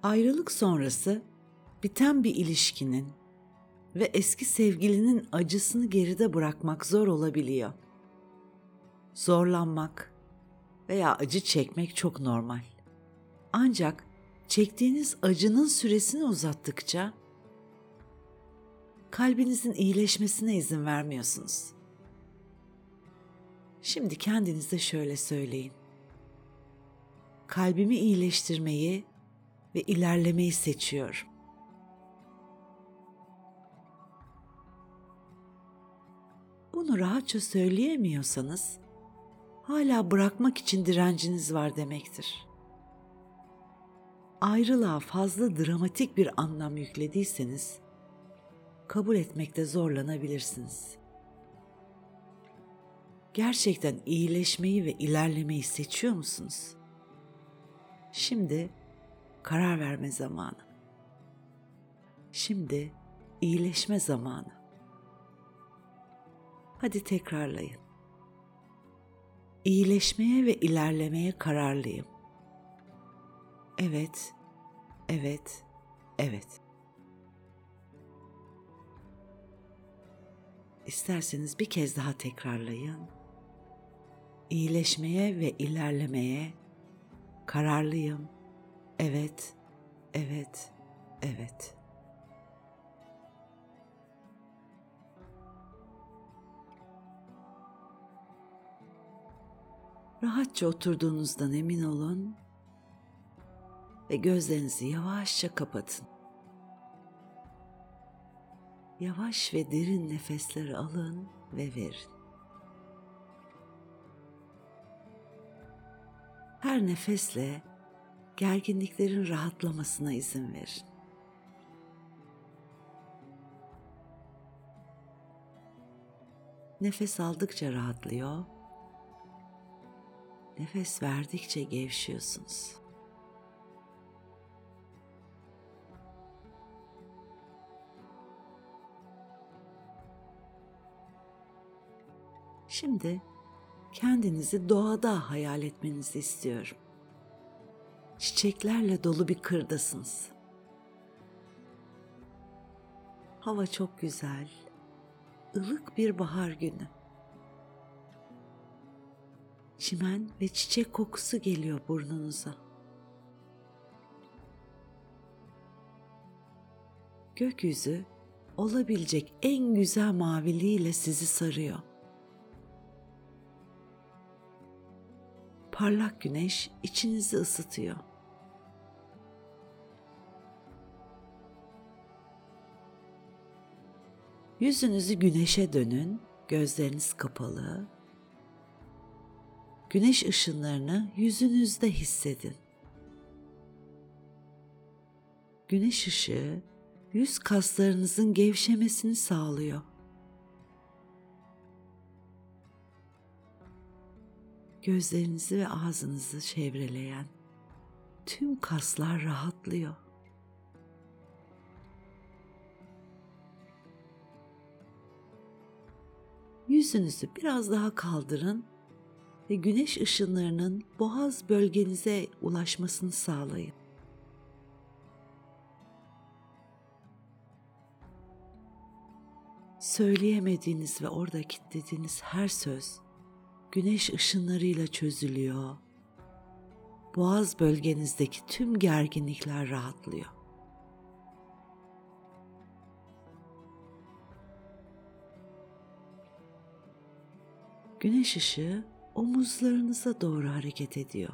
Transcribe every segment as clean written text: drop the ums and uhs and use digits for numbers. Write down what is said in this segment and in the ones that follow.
Ayrılık sonrası biten bir ilişkinin ve eski sevgilinin acısını geride bırakmak zor olabiliyor. Zorlanmak veya acı çekmek çok normal. Ancak çektiğiniz acının süresini uzattıkça kalbinizin iyileşmesine izin vermiyorsunuz. Şimdi kendinize şöyle söyleyin. Kalbimi iyileştirmeyi ve ilerlemeyi seçiyorum. Bunu rahatça söyleyemiyorsanız, hala bırakmak için direnciniz var demektir. Ayrılığa fazla dramatik bir anlam yüklediyseniz, kabul etmekte zorlanabilirsiniz. Gerçekten iyileşmeyi ve ilerlemeyi seçiyor musunuz? Şimdi karar verme zamanı. Şimdi iyileşme zamanı. Hadi tekrarlayın. İyileşmeye ve ilerlemeye kararlıyım. Evet, evet, evet. İsterseniz bir kez daha tekrarlayın. İyileşmeye ve ilerlemeye kararlıyım. Evet, evet, evet. Rahatça oturduğunuzdan emin olun ve gözlerinizi yavaşça kapatın. Yavaş ve derin nefesler alın ve verin. Her nefesle gerginliklerin rahatlamasına izin verin. Nefes aldıkça rahatlıyor, nefes verdikçe gevşiyorsunuz. Şimdi kendinizi doğada hayal etmenizi istiyorum. Çiçeklerle dolu bir kırdasınız. Hava çok güzel, ılık bir bahar günü. Çimen ve çiçek kokusu geliyor burnunuza. Gökyüzü olabilecek en güzel maviliğiyle sizi sarıyor. Parlak güneş içinizi ısıtıyor. Yüzünüzü güneşe dönün, gözleriniz kapalı. Güneş ışınlarını yüzünüzde hissedin. Güneş ışığı yüz kaslarınızın gevşemesini sağlıyor. Gözlerinizi ve ağzınızı çevreleyen tüm kaslar rahatlıyor. Yüzünüzü biraz daha kaldırın ve güneş ışınlarının boğaz bölgenize ulaşmasını sağlayın. Söyleyemediğiniz ve orada kilitlediğiniz her söz güneş ışınlarıyla çözülüyor. Boğaz bölgenizdeki tüm gerginlikler rahatlıyor. Güneş ışığı omuzlarınıza doğru hareket ediyor.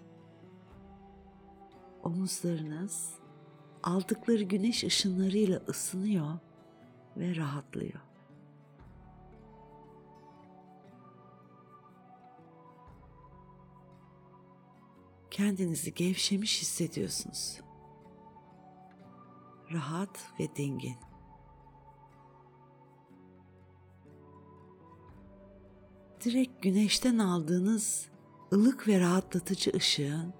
Omuzlarınız aldıkları güneş ışınlarıyla ısınıyor ve rahatlıyor. Kendinizi gevşemiş hissediyorsunuz. Rahat ve dingin. Direkt güneşten aldığınız ılık ve rahatlatıcı ışığın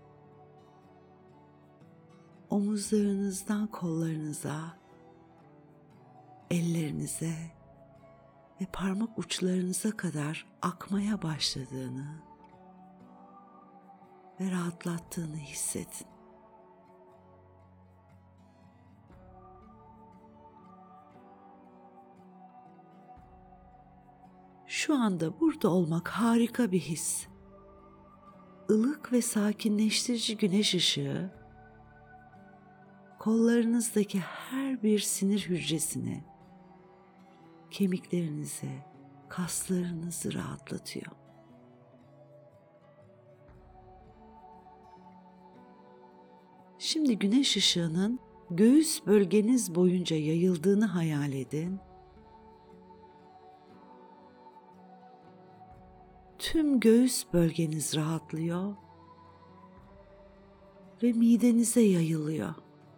omuzlarınızdan kollarınıza, ellerinize ve parmak uçlarınıza kadar akmaya başladığını ve rahatlattığını hissedin. Şu anda burada olmak harika bir his. Ilık ve sakinleştirici güneş ışığı, kollarınızdaki her bir sinir hücresini, kemiklerinizi, kaslarınızı rahatlatıyor. Şimdi güneş ışığının göğüs bölgeniz boyunca yayıldığını hayal edin. Tüm göğüs bölgeniz rahatlıyor ve midenize yayılıyor.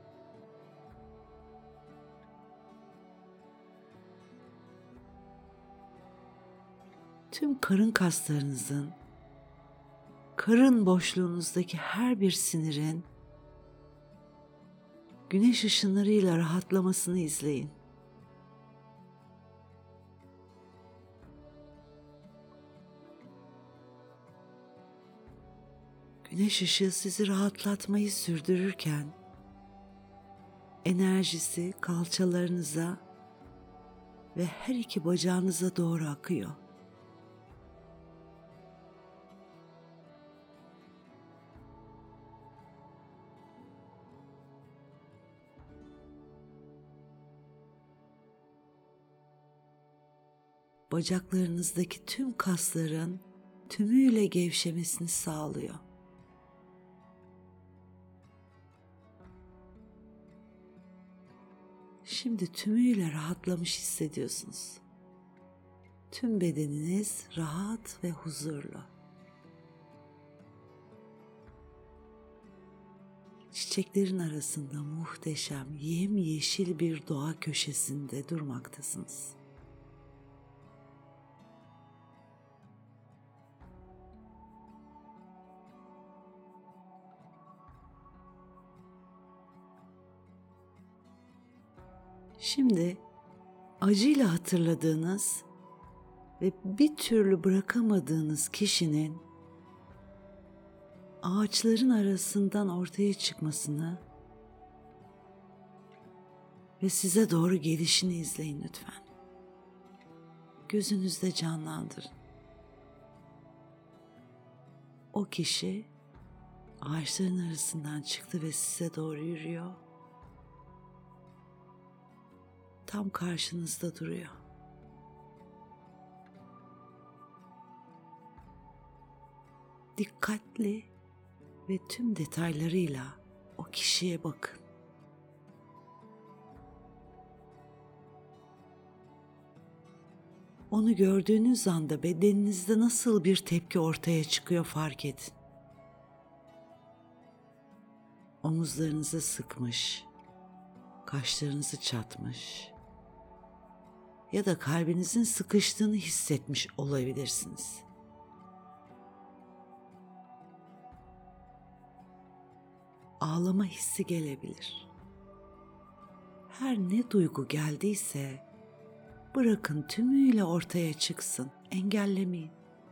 Tüm karın kaslarınızın, karın boşluğunuzdaki her bir sinirin güneş ışınlarıyla rahatlamasını izleyin. Güneş ışığı sizi rahatlatmayı sürdürürken enerjisi kalçalarınıza ve her iki bacağınıza doğru akıyor. Bacaklarınızdaki tüm kasların tümüyle gevşemesini sağlıyor. Şimdi tümüyle rahatlamış hissediyorsunuz. Tüm bedeniniz rahat ve huzurlu. Çiçeklerin arasında muhteşem, yemyeşil bir doğa köşesinde durmaktasınız. Şimdi acıyla hatırladığınız ve bir türlü bırakamadığınız kişinin ağaçların arasından ortaya çıkmasını ve size doğru gelişini izleyin lütfen. Gözünüzde canlandırın. O kişi ağaçların arasından çıktı ve size doğru yürüyor. Tam karşınızda duruyor. Dikkatli ve tüm detaylarıyla o kişiye bakın. Onu gördüğünüz anda bedeninizde nasıl bir tepki ortaya çıkıyor fark edin. Omuzlarınızı sıkmış, kaşlarınızı çatmış ya da kalbinizin sıkıştığını hissetmiş olabilirsiniz. Ağlama hissi gelebilir. Her ne duygu geldiyse bırakın tümüyle ortaya çıksın, engellemeyin.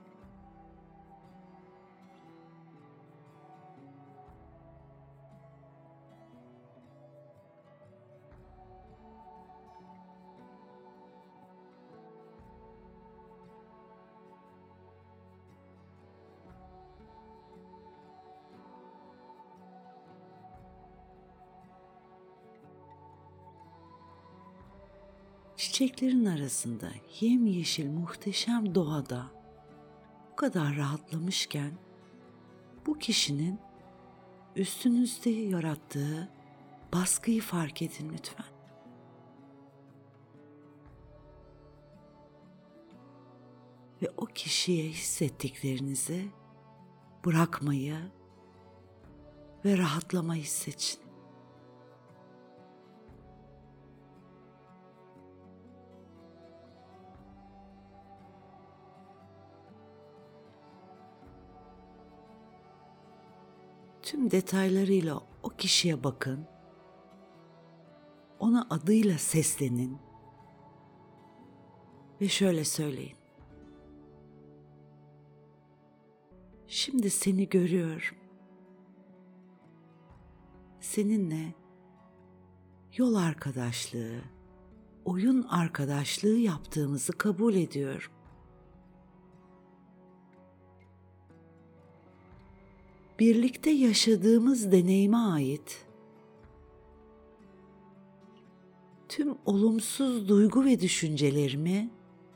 Çiçeklerin arasında yemyeşil muhteşem doğada bu kadar rahatlamışken bu kişinin üstünüzde yarattığı baskıyı fark edin lütfen. Ve o kişiye hissettiklerinizi bırakmayı ve rahatlamayı seçin. Tüm detaylarıyla o kişiye bakın, ona adıyla seslenin ve şöyle söyleyin. Şimdi seni görüyorum. Seninle yol arkadaşlığı, oyun arkadaşlığı yaptığımızı kabul ediyorum. birlikte yaşadığımız deneyime ait tüm olumsuz duygu ve düşüncelerimi,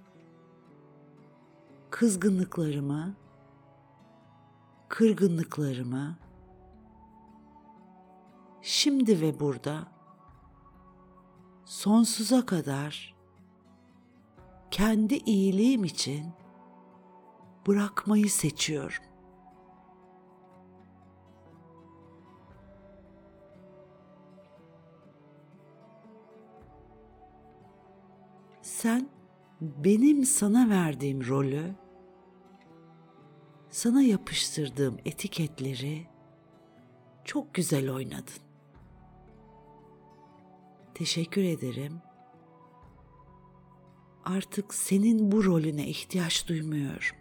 kızgınlıklarımı, kırgınlıklarımı şimdi ve burada sonsuza kadar kendi iyiliğim için bırakmayı seçiyorum. Sen benim sana verdiğim rolü, sana yapıştırdığım etiketleri çok güzel oynadın. Teşekkür ederim. Artık senin bu rolüne ihtiyaç duymuyorum.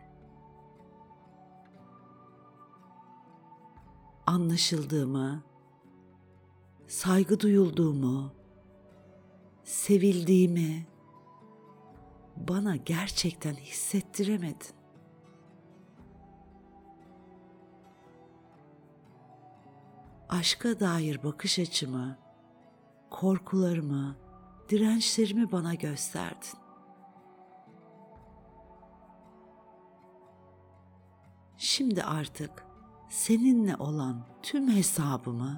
Anlaşıldığımı, saygı duyulduğumu, sevildiğimi bana gerçekten hissettiremedin. Aşka dair bakış açımı, korkularımı, dirençlerimi bana gösterdin. Şimdi artık seninle olan tüm hesabımı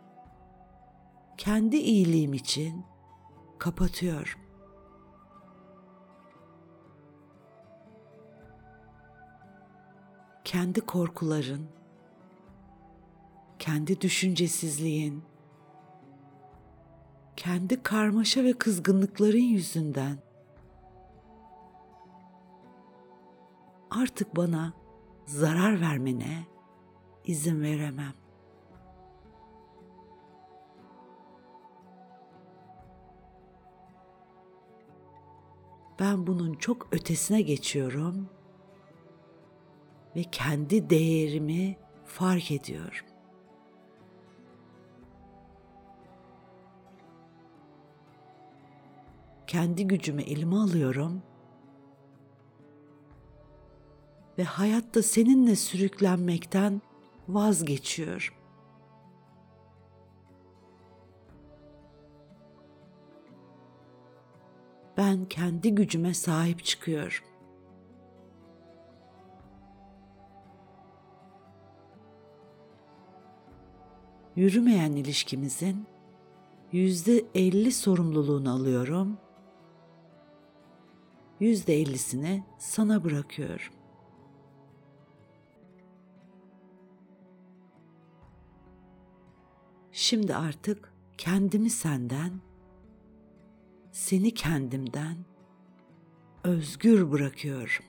kendi iyiliğim için kapatıyorum. Kendi korkuların, kendi düşüncesizliğin, kendi karmaşa ve kızgınlıkların yüzünden artık bana zarar vermene izin veremem. Ben bunun çok ötesine geçiyorum ve kendi değerimi fark ediyorum. Kendi gücümü elime alıyorum ve hayatta seninle sürüklenmekten vazgeçiyorum. Ben kendi gücüme sahip çıkıyorum. Yürümeyen ilişkimizin %50 sorumluluğunu alıyorum. %50'sini sana bırakıyorum. Şimdi artık kendimi senden, seni kendimden özgür bırakıyorum.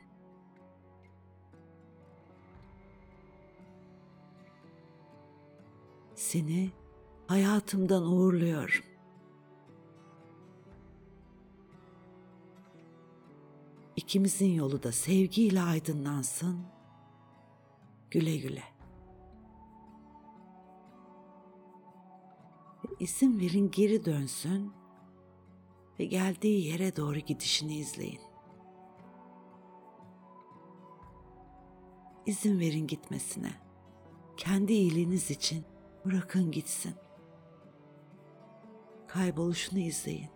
Seni hayatımdan uğurluyorum. İkimizin yolu da sevgiyle aydınlansın. Güle güle. Ve izin verin geri dönsün ve geldiği yere doğru gidişini izleyin. İzin verin gitmesine. Kendi iyiliğiniz için bırakın gitsin. Kayboluşunu izleyin.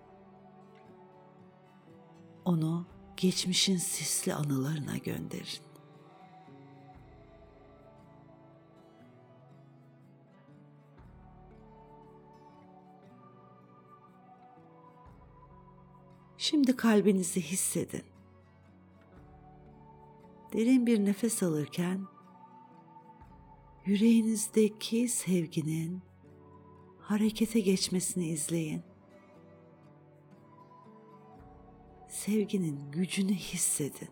Onu geçmişin sisli anılarına gönderin. Şimdi kalbinizi hissedin. Derin bir nefes alırken yüreğinizdeki sevginin harekete geçmesini izleyin. Sevginin gücünü hissedin.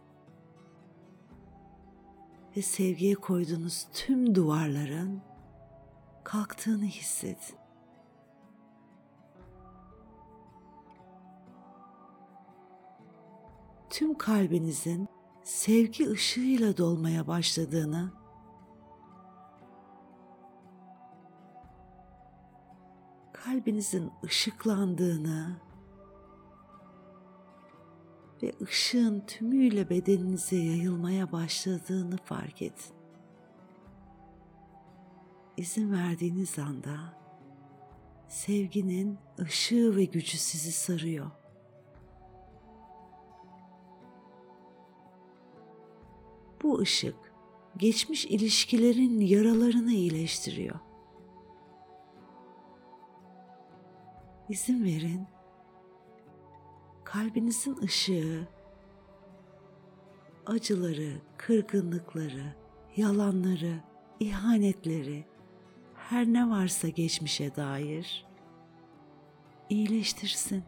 Ve sevgiye koyduğunuz tüm duvarların kalktığını hissedin. Tüm kalbinizin sevgi ışığıyla dolmaya başladığını, kalbinizin ışıklandığını ve ışığın tümüyle bedeninize yayılmaya başladığını fark edin. İzin verdiğiniz anda sevginin ışığı ve gücü sizi sarıyor. Bu ışık geçmiş ilişkilerin yaralarını iyileştiriyor. İzin verin, kalbinizin ışığı, acıları, kırgınlıkları, yalanları, ihanetleri, her ne varsa geçmişe dair iyileştirsin.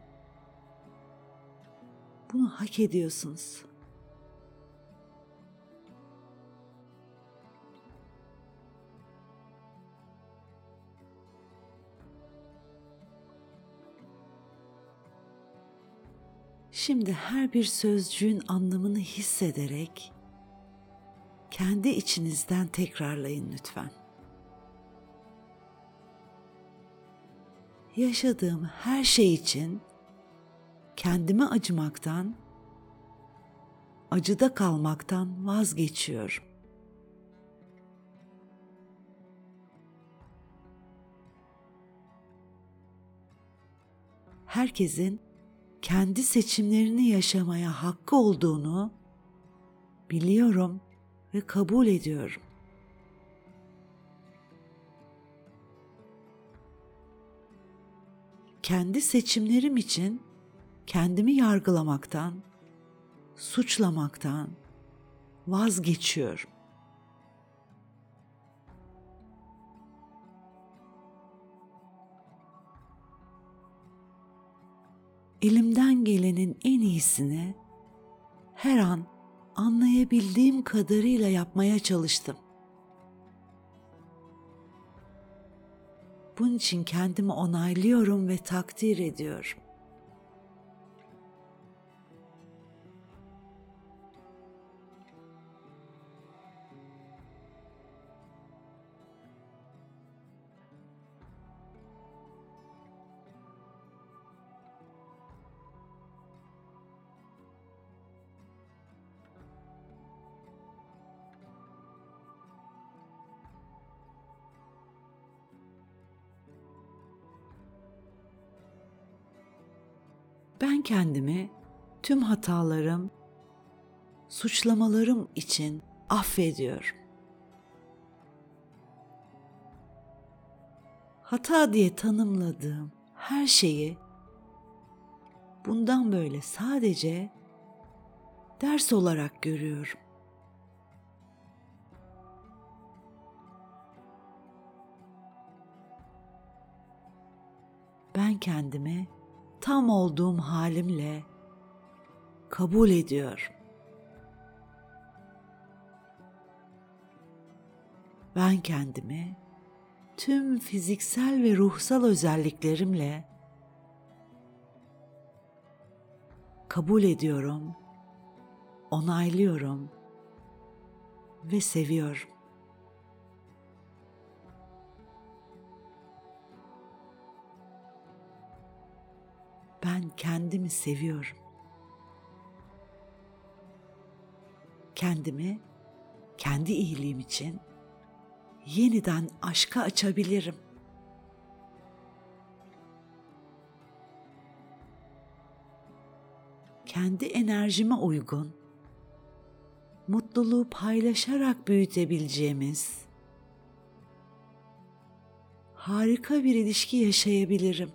Bunu hak ediyorsunuz. Şimdi her bir sözcüğün anlamını hissederek kendi içinizden tekrarlayın lütfen. Yaşadığım her şey için kendime acımaktan, acıda kalmaktan vazgeçiyorum. Herkesin kendi seçimlerini yaşamaya hakkı olduğunu biliyorum ve kabul ediyorum. Kendi seçimlerim için kendimi yargılamaktan, suçlamaktan vazgeçiyorum. Elimden gelenin en iyisini her an anlayabildiğim kadarıyla yapmaya çalıştım. Bunun için kendimi onaylıyorum ve takdir ediyorum. Ben kendimi tüm hatalarım, suçlamalarım için affediyorum. Hata diye tanımladığım her şeyi bundan böyle sadece ders olarak görüyorum. Ben kendimi tam olduğum halimle kabul ediyorum. Ben kendimi tüm fiziksel ve ruhsal özelliklerimle kabul ediyorum, onaylıyorum ve seviyorum. Ben kendimi seviyorum. Kendimi kendi iyiliğim için yeniden aşka açabilirim. Kendi enerjime uygun, mutluluğu paylaşarak büyütebileceğimiz harika bir ilişki yaşayabilirim.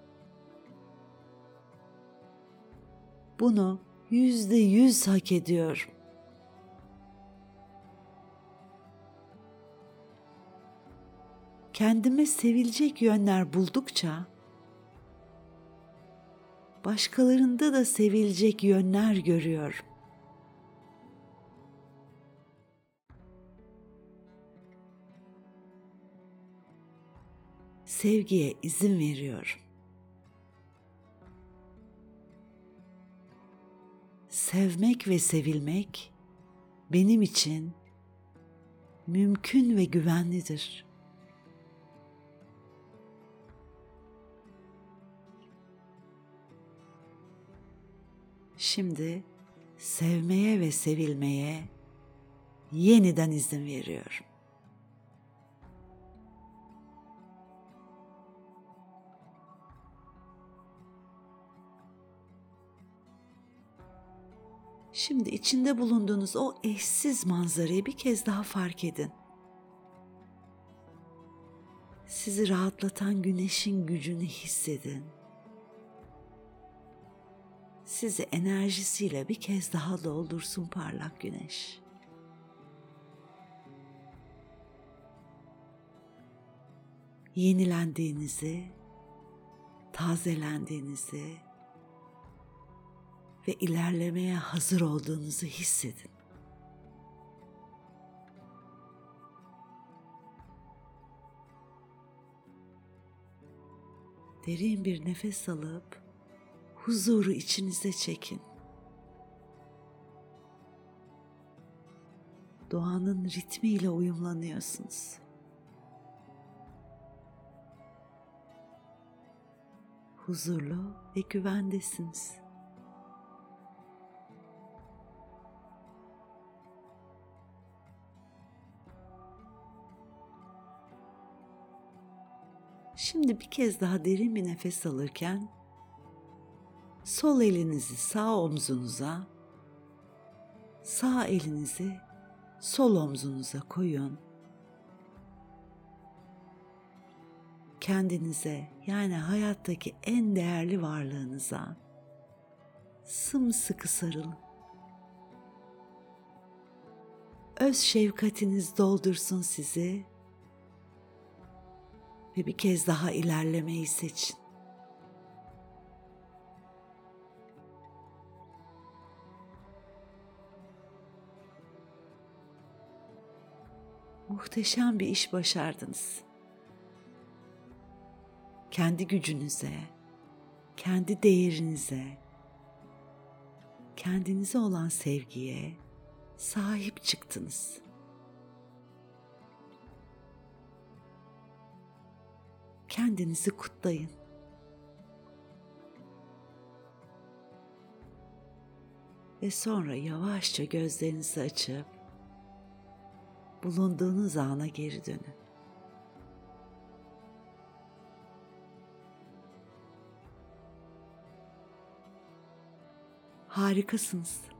Bunu %100 hak ediyorum. Kendime sevilecek yönler buldukça başkalarında da sevilecek yönler görüyorum. Sevgiye izin veriyorum. Sevmek ve sevilmek benim için mümkün ve güvenlidir. Şimdi sevmeye ve sevilmeye yeniden izin veriyorum. Şimdi içinde bulunduğunuz o eşsiz manzarayı bir kez daha fark edin. Sizi rahatlatan güneşin gücünü hissedin. Sizi enerjisiyle bir kez daha doldursun parlak güneş. Yenilendiğinizi, tazelendiğinizi ve ilerlemeye hazır olduğunuzu hissedin. Derin bir nefes alıp huzuru içinize çekin. Doğanın ritmiyle uyumlanıyorsunuz. Huzurlu ve güvendesiniz. Şimdi bir kez daha derin bir nefes alırken sol elinizi sağ omzunuza, sağ elinizi sol omzunuza koyun. Kendinize, yani hayattaki en değerli varlığınıza sımsıkı sarılın. Öz şefkatiniz doldursun sizi ve bir kez daha ilerlemeyi seçin. Muhteşem bir iş başardınız. Kendi gücünüze, kendi değerinize, kendinize olan sevgiye sahip çıktınız. Kendinizi kutlayın. Ve sonra yavaşça gözlerinizi açıp bulunduğunuz ana geri dönün. Harikasınız.